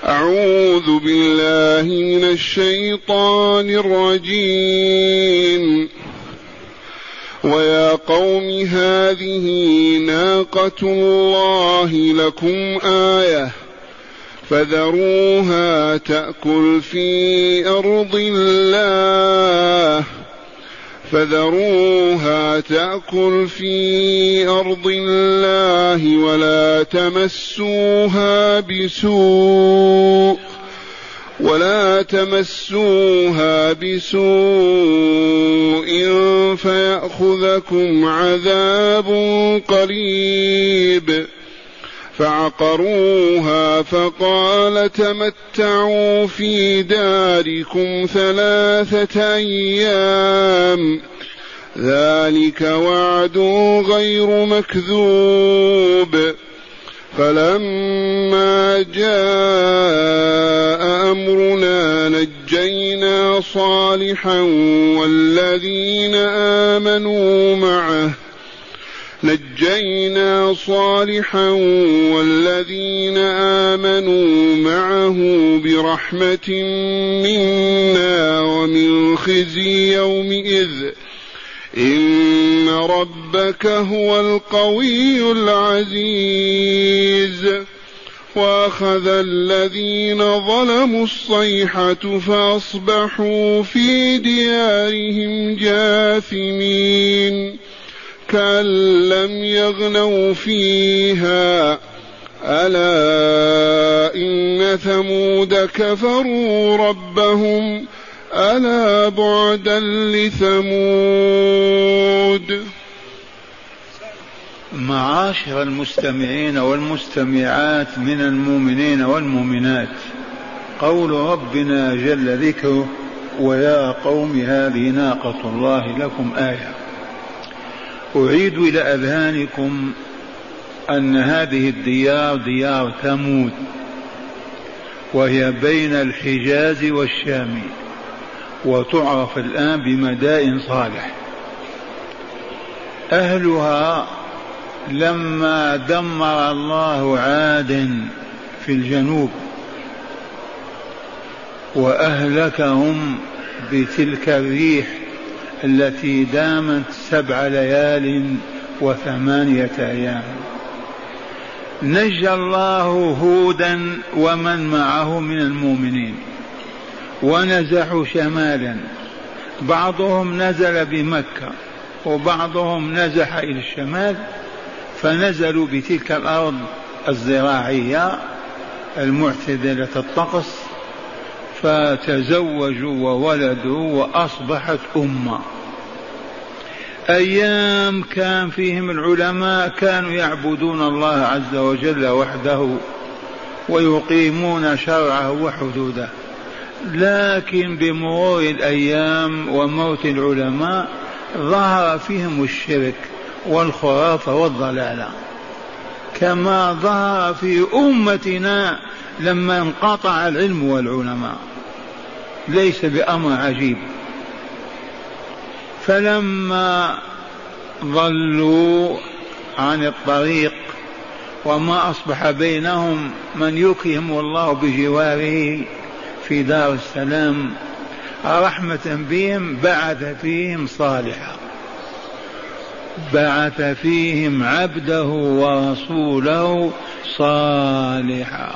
أعوذ بالله من الشيطان الرجيم. ويا قوم هذه ناقة الله لكم آية فذروها تأكل في أرض الله ولا تمسوها بسوء فيأخذكم عذاب قريب. فعقروها فقال تمتعوا في داركم 3 أيام ذلك وعد غير مكذوب. فلما جاء أمرنا نجينا صالحا والذين آمنوا معه برحمة منا ومن خزي يومئذ إن ربك هو القوي العزيز. وأخذ الذين ظلموا الصيحة فأصبحوا في ديارهم جاثمين كأن لم يغنوا فيها ألا إن ثمود كفروا ربهم ألا بعدا لثمود. معاشر المستمعين والمستمعات من المؤمنين والمؤمنات، قول ربنا جل ذكره ويا قوم هذه ناقة الله لكم آية. أعيد إلى أذهانكم أن هذه الديار ديار ثمود، وهي بين الحجاز والشام، وتعرف الآن بمدائن صالح. أهلها لما دمر الله عادا في الجنوب وأهلكهم بتلك الريح التي دامت 7 ليال و8 أيام، نجى الله هودا ومن معه من المؤمنين ونزحوا شمالا، بعضهم نزل بمكة وبعضهم نزح إلى الشمال، فنزلوا بتلك الأرض الزراعية المعتدلة الطقس، فتزوجوا وولدوا وأصبحت أمة. أيام كان فيهم العلماء كانوا يعبدون الله عز وجل وحده ويقيمون شرعه وحدوده، لكن بمرور الأيام وموت العلماء ظهر فيهم الشرك والخرافة والضلالة، كما ظهر في أمتنا لما انقطع العلم والعلماء، ليس بأمر عجيب. فلما ضلوا عن الطريق وما أصبح بينهم من يكرم الله بجواره في دار السلام رحمة بهم، بعث فيهم صالحا، بعث فيهم عبده ورسوله صالحا،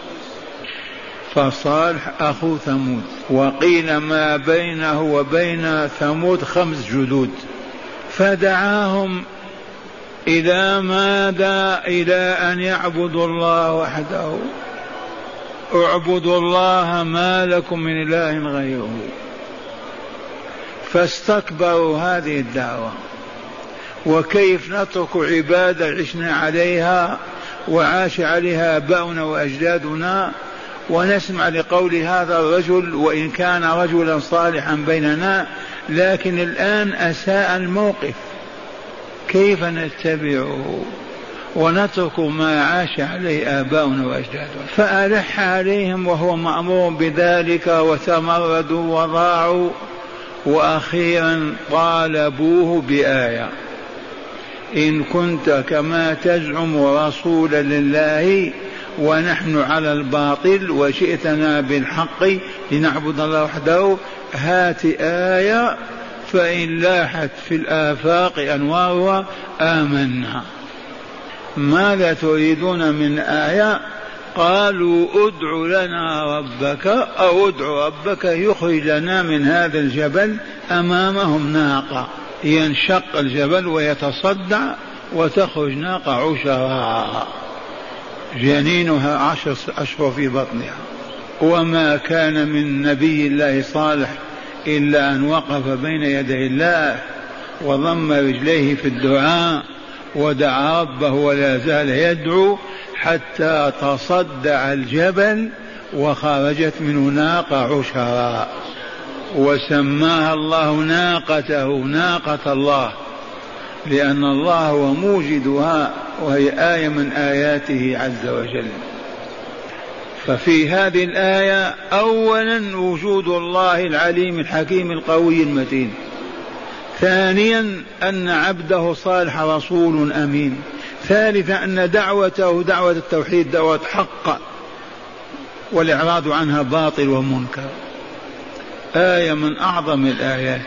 فصالح أخو ثمود. وقيل ما بينه وبين ثمود 5 جدود، فدعاهم إلى ماذا؟ إلى أن يعبدوا الله وحده، اعبدوا الله ما لكم من إله غيره. فاستكبروا هذه الدعوة، وكيف نترك عبادة عشنا عليها وعاش عليها آباؤنا وأجدادنا ونسمع لقول هذا الرجل وإن كان رجلا صالحا بيننا، لكن الآن أساء الموقف، كيف نتبعه ونترك ما عاش عليه آباؤنا وأجدادنا؟ فألح عليهم وهو مأمور بذلك، وتمردوا وضاعوا، وأخيرا طالبوه بآية: إن كنت كما تزعم رسولا لله ونحن على الباطل وجئتنا بالحق لنعبد الله وحده، هات آية، فإن لاحت في الآفاق أنوارها آمنا. ماذا تريدون من آية؟ قالوا ادع لنا ربك أو ادع ربك يخرج لنا من هذا الجبل. أمامهم ناقة، ينشق الجبل ويتصدع وتخرج ناقة عشراء جنينها 10 أشهر في بطنها. وما كان من نبي الله صالح إلا أن وقف بين يدي الله وضم رجليه في الدعاء ودعا ربه ولا زال يدعو حتى تصدع الجبل وخرجت منه ناقة عشراء، وسماها الله ناقته ناقة الله، لأن الله هو موجدها وهي آية من آياته عز وجل. ففي هذه الآية أولا وجود الله العليم الحكيم القوي المتين. ثانيا أن عبده صالح رسول أمين. ثالثا أن دعوته دعوة التوحيد دعوة حق والإعراض عنها باطل ومنكر. آية من أعظم الآيات.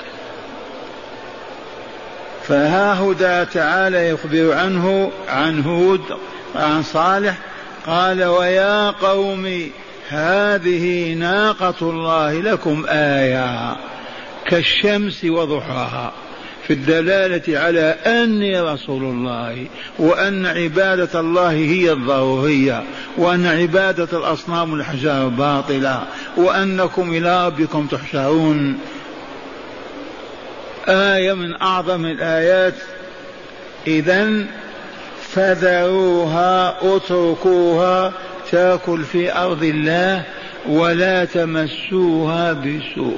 فها هدى تعالى يخبر عنه عن هود عن صالح، قال ويا قوم هذه ناقة الله لكم آية كالشمس وضحاها، في الدلالة على أني رسول الله، وأن عبادة الله هي الضرورية، وأن عبادة الأصنام والأحجار باطلة، وأنكم إلى ربكم تحشرون. آية من أعظم الآيات. إذن فذروها اتركوها تأكل في أرض الله ولا تمسوها بسوء.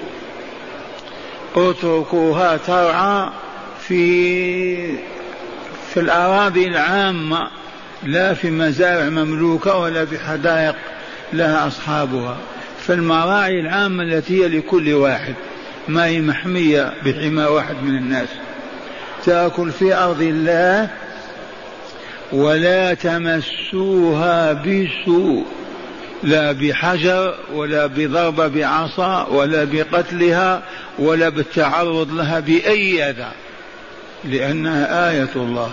اتركوها ترعى في الأراضي العامة، لا في مزارع مملوكة ولا في حدائق لها أصحابها، في المراعي العامة التي هي لكل واحد، ما هي محمية بحمى واحد من الناس. تأكل في أرض الله ولا تمسوها بسوء، لا بحجر ولا بضربة بعصا ولا بقتلها ولا بالتعرض لها بأي أذى، لأنها آية الله.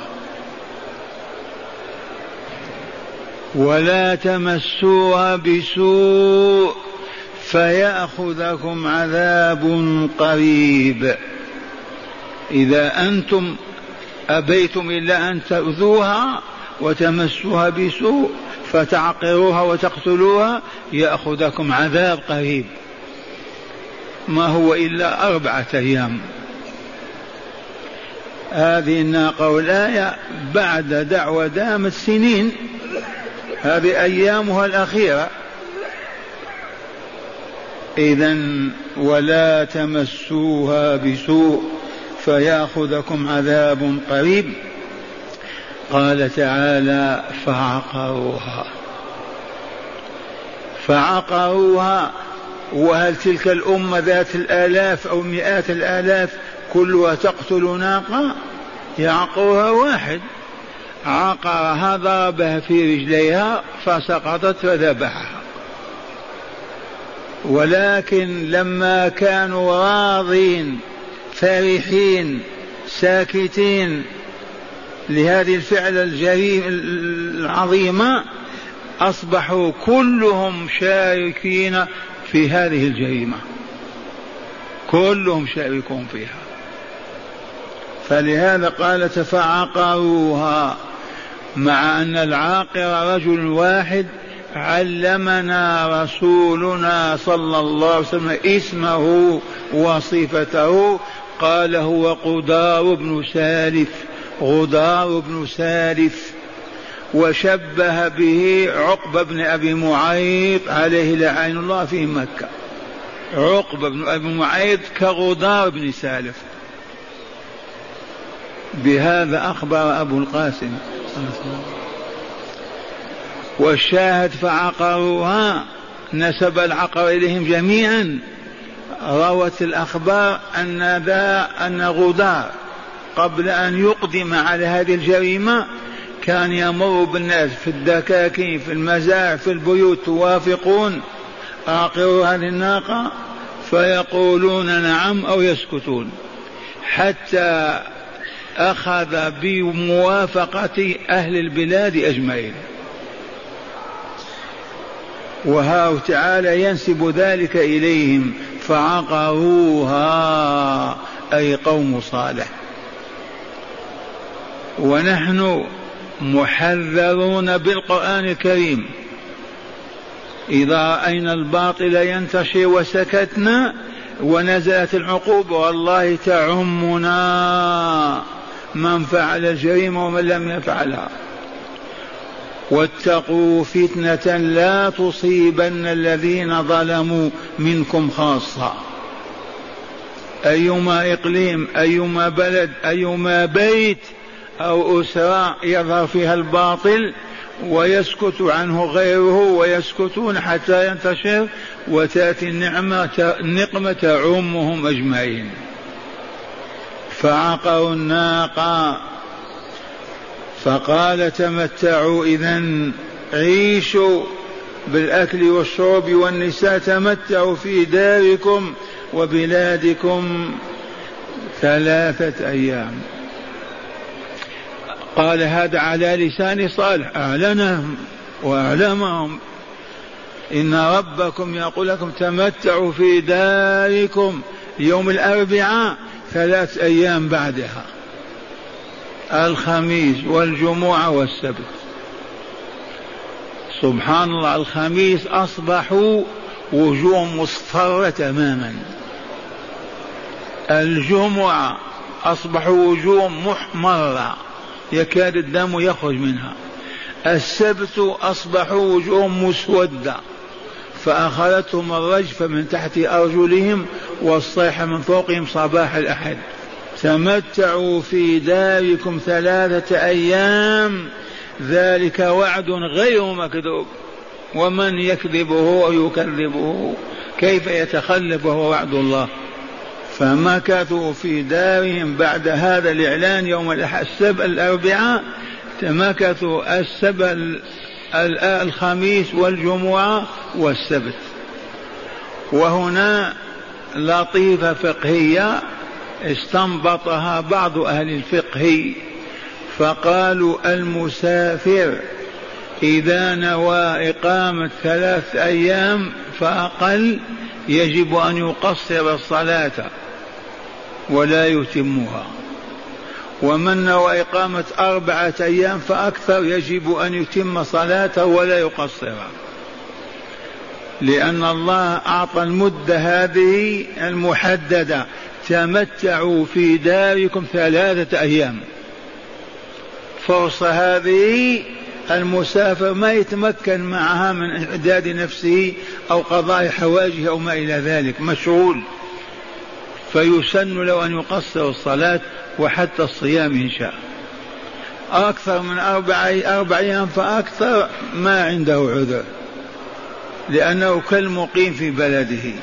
ولا تمسوها بسوء فيأخذكم عذاب قريب. إذا أنتم أبيتم إلا أن تؤذوها وتمسوها بسوء فتعقروها وتقتلوها يأخذكم عذاب قريب، ما هو إلا 4 أيام. هذه الناقة والآية بعد دعوة دامت سنين، هذه أيامها الأخيرة. إذن ولا تمسوها بسوء فيأخذكم عذاب قريب. قال تعالى فعقروها. وهل تلك الأمة ذات الآلاف أو مئات الآلاف كلها تقتل ناقة؟ يعقرها واحد، عقرها ضربها في رجليها فسقطت فذبحها. ولكن لما كانوا راضين فرحين ساكتين لهذه الفعل الجريمة العظيمة، أصبحوا كلهم شاركين في هذه الجريمة، كلهم شاركون فيها. فلهذا قال فعقروها، مع أن العاقر رجل واحد علمنا رسولنا صلى الله عليه وسلم اسمه وصفته، قال هو غدار بن سالف، وشبه به عقبة بن أبي معيط عليه لعين الله في مكة. عقبة بن أبي معيط كغدار بن سالف. بهذا أخبر أبو القاسم. والشاهد فعقروها، نسب العقر إليهم جميعا. روت الأخبار أن غدار قبل أن يقدم على هذه الجريمة كان يمر بالناس في الدكاكين في المزارع في البيوت: توافقون أعقروا هذه الناقة؟ فيقولون نعم أو يسكتون، حتى أخذ بموافقة أهل البلاد أجمعين. وها تعالى ينسب ذلك إليهم: فعقروها أي قوم صالح. ونحن محذرون بالقرآن الكريم: إذا رأينا الباطل ينتشر وسكتنا ونزلت العقوبة والله تعمنا من فعل الجريمة ومن لم يفعلها. واتقوا فتنة لا تصيبن الذين ظلموا منكم خاصة. أيما إقليم، أيما بلد، أيما بيت أو أسرة يظهر فيها الباطل ويسكت عنه غيره ويسكتون حتى ينتشر وتأتي النقمة تعمهم أجمعين. فعقروا الناقة فقال: تمتعوا إذن، عيشوا بالأكل والشرب والنساء، تمتعوا في داركم وبلادكم 3 أيام. قال هذا على لسان صالح، أعلنهم وأعلمهم: إن ربكم يقول لكم تمتعوا في داركم يوم الأربعاء 3 أيام بعدها، الخميس والجمعة والسبت. سبحان الله، الخميس أصبحوا وجوه مصفرة تماما، الجمعة أصبحوا وجوه محمرة يكاد الدم يخرج منها، السبت أصبحوا وجوه مسودة فأخذتهم الرجفة من تحت أرجلهم والصيحة من فوقهم صباح الأحد. تمتعوا في داركم 3 أيام، ذلك وعد غير مكذوب، ومن يكذبه أو يكذبه كيف يتخلف وهو وعد الله. فمكثوا في دارهم بعد هذا الإعلان يوم الأربعاء، مكثوا الخميس والجمعة والسبت. وهنا لطيفة فقهية استنبطها بعض أهل الفقه، فقالوا: المسافر إذا نوى إقامة 3 أيام فأقل يجب أن يقصر الصلاة ولا يتمها، ومن نوى إقامة 4 أيام فأكثر يجب أن يتم صلاته ولا يقصرها، لأن الله أعطى المدة هذه المحددة: تمتعوا في داركم 3 أيام. فرصة هذه المسافر ما يتمكن معها من إعداد نفسه أو قضاء حواجه أو ما إلى ذلك، مشغول، فيسن له أن يقصر الصلاة وحتى الصيام إن شاء. أكثر من 4 أيام فأكثر ما عنده عذر، لأنه كالمقيم في بلده.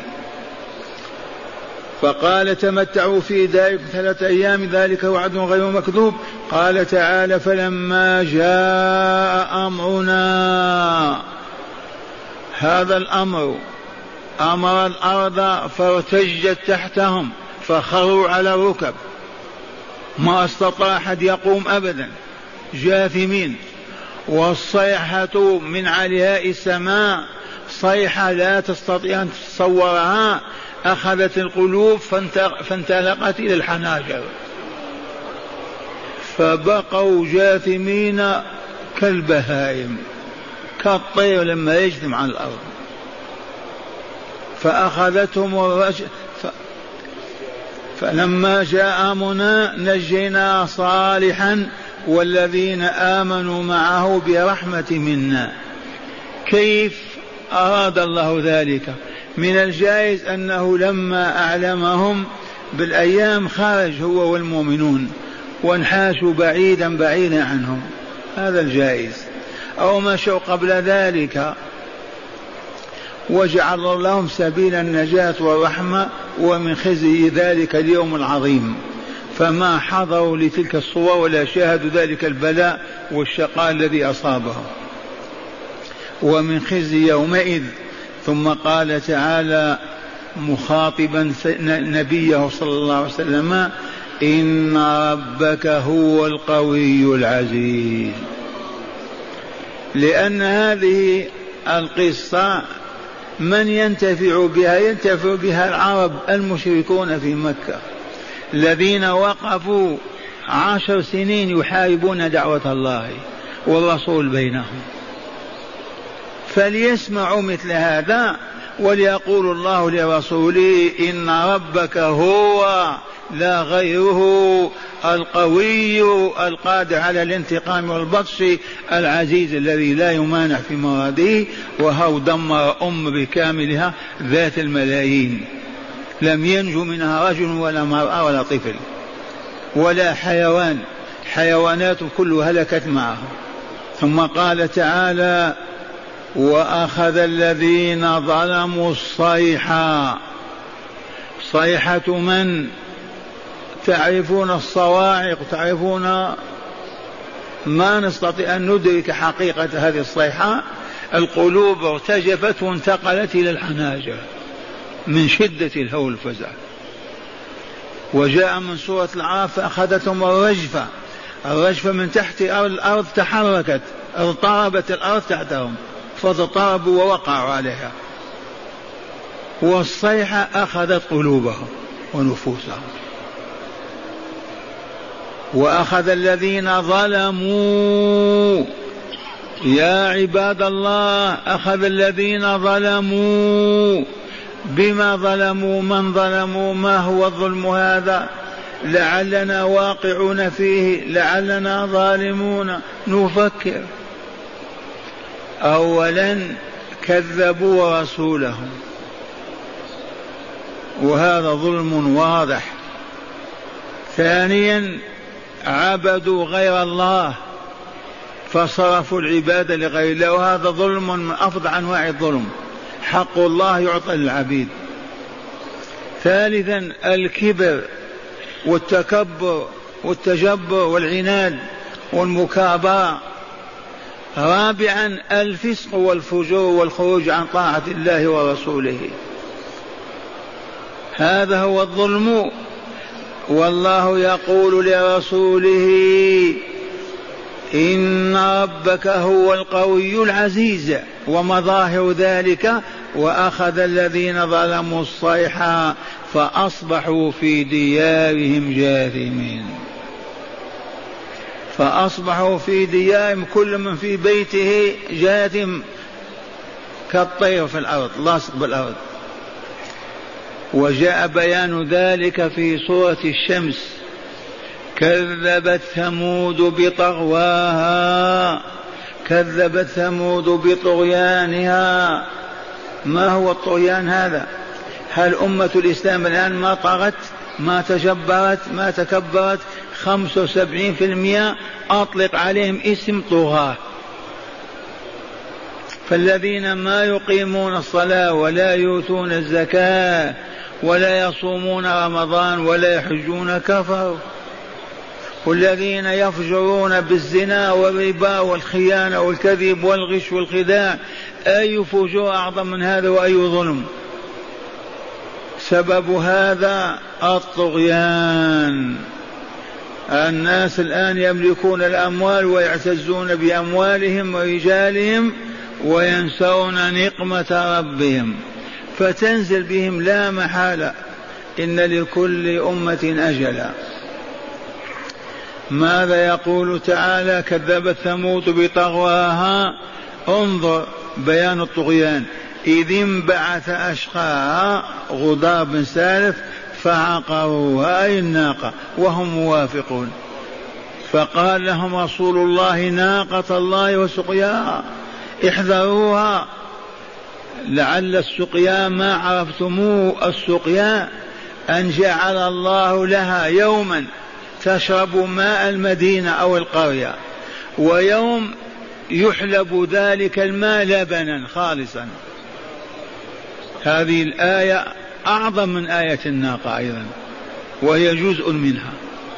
فقال: تمتعوا في داركم 3 أيام، ذلك وعد غير مكذوب. قال تعالى: فلما جاء أمرنا، هذا الأمر أمر الأرض فارتجت تحتهم فخروا على الركب، ما استطاع أحد يقوم أبدا، جاثمين. والصيحة من علياء السماء، صيحة لا تستطيع أن تتصورها، أخذت القلوب فانطلقت إلى الحناجر، فبقوا جاثمين كالبهائم، كالطير لما يجثم على الأرض. فأخذتهم الرجفة. فلما جاء أمرنا نجينا صالحا والذين آمنوا معه برحمة منا. كيف أراد الله ذلك؟ من الجائز أنه لما أعلمهم بالأيام خرج هو والمؤمنون وانحاشوا بعيدا بعيدا عنهم، هذا الجائز، أو مشوا قبل ذلك وجعل لهم سبيل النجاة والرحمة ومن خزي ذلك اليوم العظيم. فما حضروا لتلك الصور ولا شاهدوا ذلك البلاء والشقاء الذي أصابهم. ومن خزي يومئذ. ثم قال تعالى مخاطبا نبيه صلى الله عليه وسلم: إن ربك هو القوي العزيز. لأن هذه القصة من ينتفع بها؟ ينتفع بها العرب المشركون في مكة الذين وقفوا 10 سنين يحاربون دعوة الله والرسول بينهم، فليسمعوا مثل هذا وليقول الله لرسوله: إن ربك هو لا غيره القوي القادر على الانتقام والبطش العزيز الذي لا يمانع في مراده. وهو دمر بكاملها ذات الملايين، لم ينجو منها رجل ولا مرأة ولا طفل ولا حيوان، حيوانات كلها هلكت معه. ثم قال تعالى: وأخذ الذين ظلموا الصيحة. صيحة من؟ تعرفون الصواعق، تعرفون ما نستطيع أن ندرك حقيقة هذه الصيحة. القلوب ارتجفت وانتقلت إلى الحناجر من شدة الهول والفزع. وجاء من سورة العراف: فأخذتهم الرجفة. الرجفة من تحت الأرض تحركت، اضطربت الأرض تحتهم فاضطربوا ووقعوا عليها. والصيحة أخذت قلوبهم ونفوسهم. وأخذ الذين ظلموا، يا عباد الله، أخذ الذين ظلموا. بما ظلموا؟ من ظلموا؟ ما هو الظلم هذا؟ لعلنا واقعون فيه، لعلنا ظالمون. نفكر. أولا كذبوا رسولهم، وهذا ظلم واضح. ثانيا عبدوا غير الله فصرفوا العبادة لغير الله، وهذا ظلم من أفظع أنواع الظلم. حق الله يعطى للعبيد. ثالثا الكبر والتكبر والتجبر والعناد والمكابرة. رابعا الفسق والفجور والخروج عن طاعة الله ورسوله. هذا هو الظلم. والله يقول لرسوله: إن ربك هو القوي العزيز. ومظاهر ذلك: وأخذ الذين ظلموا الصيحة فأصبحوا في ديارهم جاثمين. فأصبحوا في ديارهم، كل من في بيته جاثم كالطير في الأرض، لاصق بالأرض. وجاء بيان ذلك في سورة الشمس: كذبت ثمود بطغواها. كذبت ثمود بطغيانها. ما هو الطغيان هذا؟ هل أمة الإسلام الآن ما طغت، ما تجبرت، ما تكبرت؟ 75% أطلق عليهم اسم طغاة. فالذين ما يقيمون الصلاة ولا يؤتون الزكاة ولا يصومون رمضان ولا يحجون كفروا. والذين يفجرون بالزنا والربا والخيانة والكذب والغش والخداع، أي فجور أعظم من هذا وأي ظلم؟ سبب هذا الطغيان. الناس الآن يملكون الأموال ويعتزون بأموالهم ورجالهم وينسون نقمة ربهم، فتنزل بهم لا محالة. إن لكل أمة أجلا. ماذا يقول تعالى؟ كذبت ثمود بطغواها. انظر بيان الطغيان: إذ انبعث أشقاها غدار بن سالف فعقروها، أي الناقة، وهم موافقون. فقال لهم رسول الله: ناقة الله وسقياها، احذروها، لعل السقيا ما عرفتموه. السقيا أن جعل الله لها يوما تشرب ماء المدينة أو القرية، ويوم يحلب ذلك الماء لبنا خالصا. هذه الآية أعظم من آية الناقة أيضا، وهي جزء منها.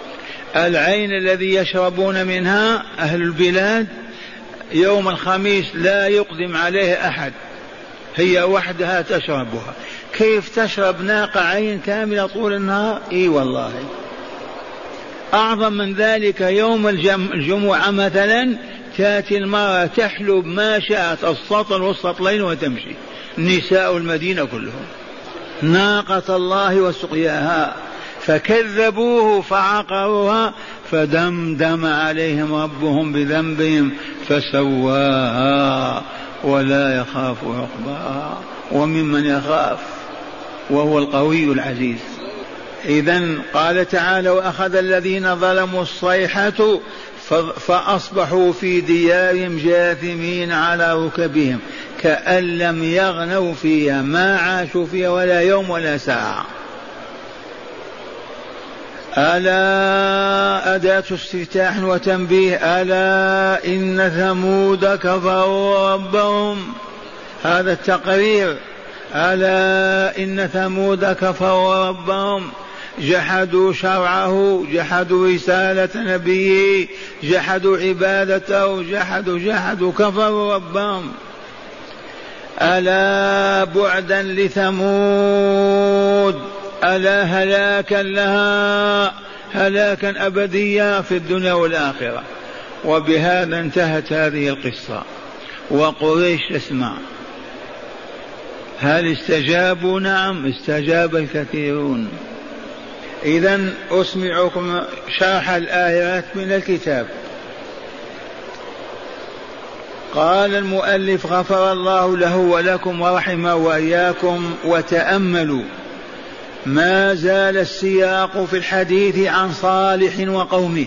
العين الذي يشربون منها أهل البلاد يوم الخميس لا يقدم عليه أحد، هي وحدها تشربها. كيف تشرب ناقة عين كاملة طول النهار؟ إي والله. أعظم من ذلك يوم الجمعة مثلا تأتي المرأة تحلب ما شاءت السطل والسطلين وتمشي، نساء المدينة كلهم، ناقة الله وسقياها. فكذبوه فعقروها فدمدم عليهم ربهم بذنبهم فسواها ولا يخاف عقباها. وممن يخاف وهو القوي العزيز. إذن قال تعالى: وأخذ الذين ظلموا الصيحة فأصبحوا في ديارهم جاثمين على ركبهم كأن لم يغنوا فيها، ما عاشوا فيها ولا يوم ولا ساعة. ألا أداة استفتاح وتنبيه: ألا إن ثمود كفروا ربهم. هذا التقرير: ألا إن ثمود كفروا ربهم، جحدوا شرعه، جحدوا رسالة نبيه، جحدوا عبادته، جحدوا كفروا ربهم. ألا بعدا لثمود، ألا هلاكا لها، هلاكا أبديا في الدنيا والآخرة. وبهذا انتهت هذه القصة. وقريش اسمع، هل استجابوا؟ نعم استجاب الكثيرون. إذن أسمعكم شرح الآيات من الكتاب. قال المؤلف غفر الله له ولكم ورحمه وإياكم: وتأملوا ما زال السياق في الحديث عن صالح وقومه.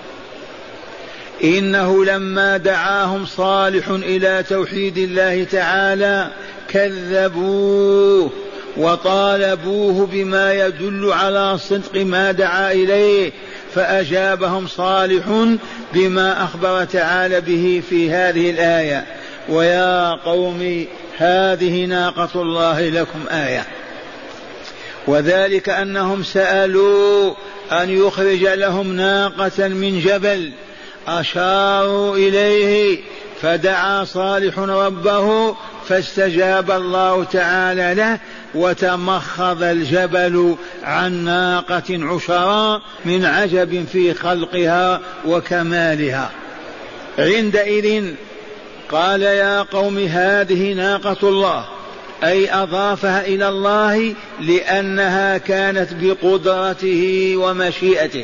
إنه لما دعاهم صالح إلى توحيد الله تعالى كذبوه وطالبوه بما يدل على صدق ما دعا إليه، فأجابهم صالح بما أخبر تعالى به في هذه الآية: ويا قوم هذه ناقة الله لكم آية. وذلك أنهم سألوا أن يخرج لهم ناقة من جبل، أشاروا إليه فدعا صالح ربه فاستجاب الله تعالى له، وتمخض الجبل عن ناقة عشراء من عجب في خلقها وكمالها. عندئذ قال: يا قوم هذه ناقة الله، أي أضافها إلى الله لأنها كانت بقدرته ومشيئته.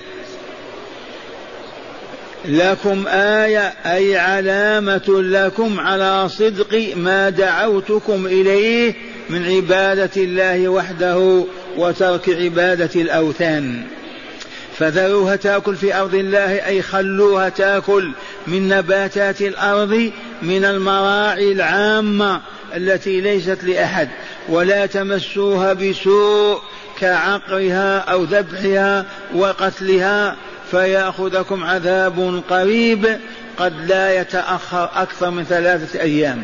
لكم آية، أي علامة لكم على صدق ما دعوتكم إليه من عبادة الله وحده وترك عبادة الأوثان. فذروها تأكل في أرض الله، أي خلوها تأكل من نباتات الأرض من المراعي العامة التي ليست لأحد، ولا تمسوها بسوء كعقرها أو ذبحها وقتلها فيأخذكم عذاب قريب قد لا يتأخر أكثر من 3 أيام.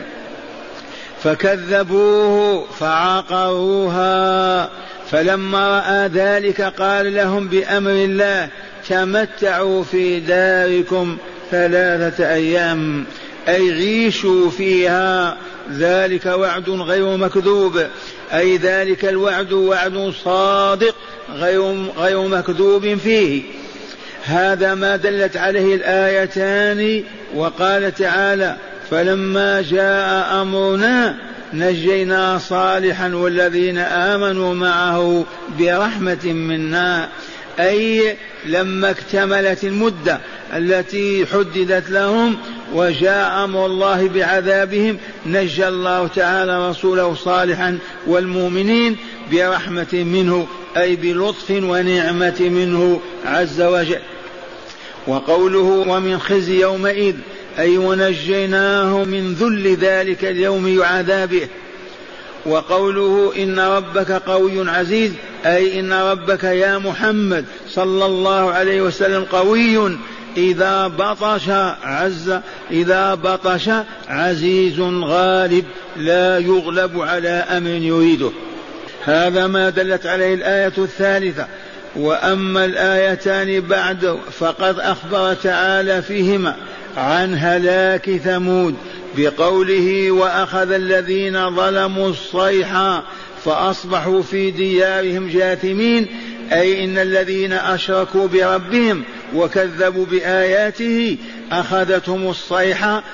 فكذبوه فعقروها، فلما رأى ذلك قال لهم بأمر الله: تمتعوا في داركم 3 أيام، أي عيشوا فيها. ذلك وعد غير مكذوب، أي ذلك الوعد وعد صادق غير مكذوب فيه. هذا ما دلت عليه الآيتان. وقال تعالى: فلما جاء أمرنا نجينا صالحا والذين آمنوا معه برحمة منا، أي لما اكتملت المدة التي حددت لهم وجاء أمر الله بعذابهم نجى الله تعالى رسوله صالحا والمؤمنين برحمة منه، أي بلطف ونعمة منه عز وجل. وقوله: ومن خزي يومئذ، أي ونجيناه من ذل ذلك اليوم عذابه. وقوله: إن ربك قوي عزيز، أي إن ربك يا محمد صلى الله عليه وسلم قوي إذا بطش عزيز غالب لا يغلب على أمر يريده. هذا ما دلت عليه الآية الثالثة. وأما الآيتان بعد فقد أخبر تعالى فيهما عن هلاك ثمود بقوله وأخذ الذين ظلموا الصيحة فأصبحوا في ديارهم جاثمين، أي إن الذين أشركوا بربهم وكذبوا بآياته أخذتهم الصيحة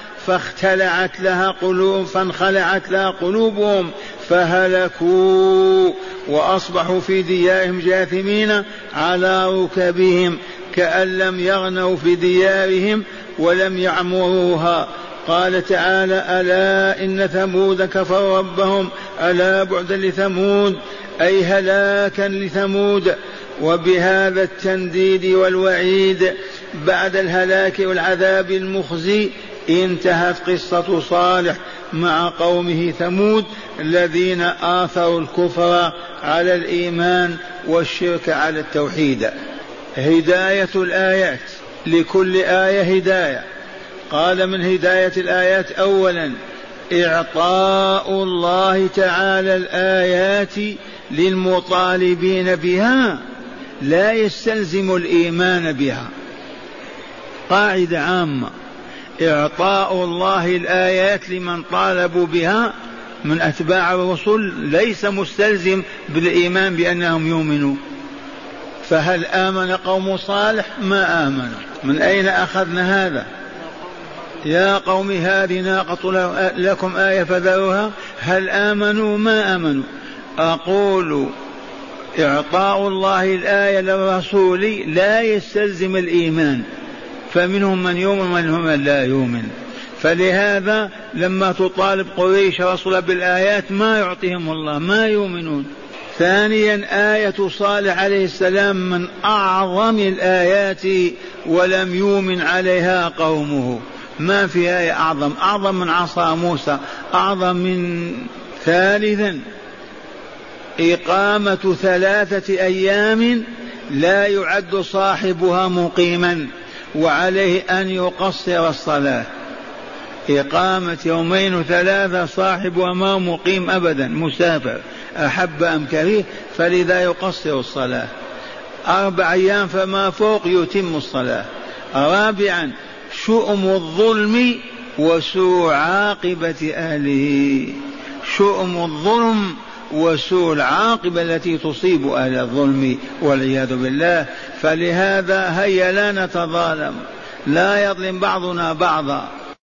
فانخلعت لها قلوبهم فهلكوا وأصبحوا في ديارهم جاثمين على ركبهم كأن لم يغنوا في ديارهم ولم يعمروها. قال تعالى ألا إن ثمود كفروا ربهم ألا بعدا لثمود، أي هلاكا لثمود. وبهذا التنديد والوعيد بعد الهلاك والعذاب المخزي انتهت قصة صالح مع قومه ثمود الذين آثروا الكفر على الإيمان والشرك على التوحيد. هداية الآيات، لكل آية هداية. قال من هداية الآيات أولا إعطاء الله تعالى الآيات للمطالبين بها لا يستلزم الإيمان بها، قاعدة عامة. إعطاء الله الآيات لمن طالبوا بها من أتباع الرسل ليس مستلزم بالإيمان بأنهم يؤمنون. فهل آمن قوم صالح؟ ما آمنوا. من أين أخذنا هذا؟ يا قوم هذه ناقة لكم آية فذروها. هل آمنوا؟ ما آمنوا. أقول إعطاء الله الآية للرسول لا يستلزم الإيمان، فمنهم من يؤمن ومنهم من لا يؤمن. فلهذا لما تطالب قريش رسول بالآيات ما يعطيهم الله، ما يؤمنون. ثانيا آية صالح عليه السلام من أعظم الآيات ولم يؤمن عليها قومه، ما في آية أعظم من عصا موسى، أعظم من. ثالثا إقامة 3 أيام لا يعد صاحبها مقيما وعليه أن يقصر الصلاة. إقامة 2 و3 صاحبها ما مقيم أبدا، مسافر أحب أم كريه، فلذا يقصر الصلاة. 4 أيام فما فوق يتم الصلاة. رابعا شؤم الظلم وسوء عاقبة أهله، شؤم الظلم وسوء العاقبة التي تصيب أهل الظلم والعياذ بالله. فلهذا هيا لا نتظالم، لا يظلم بعضنا بعضا،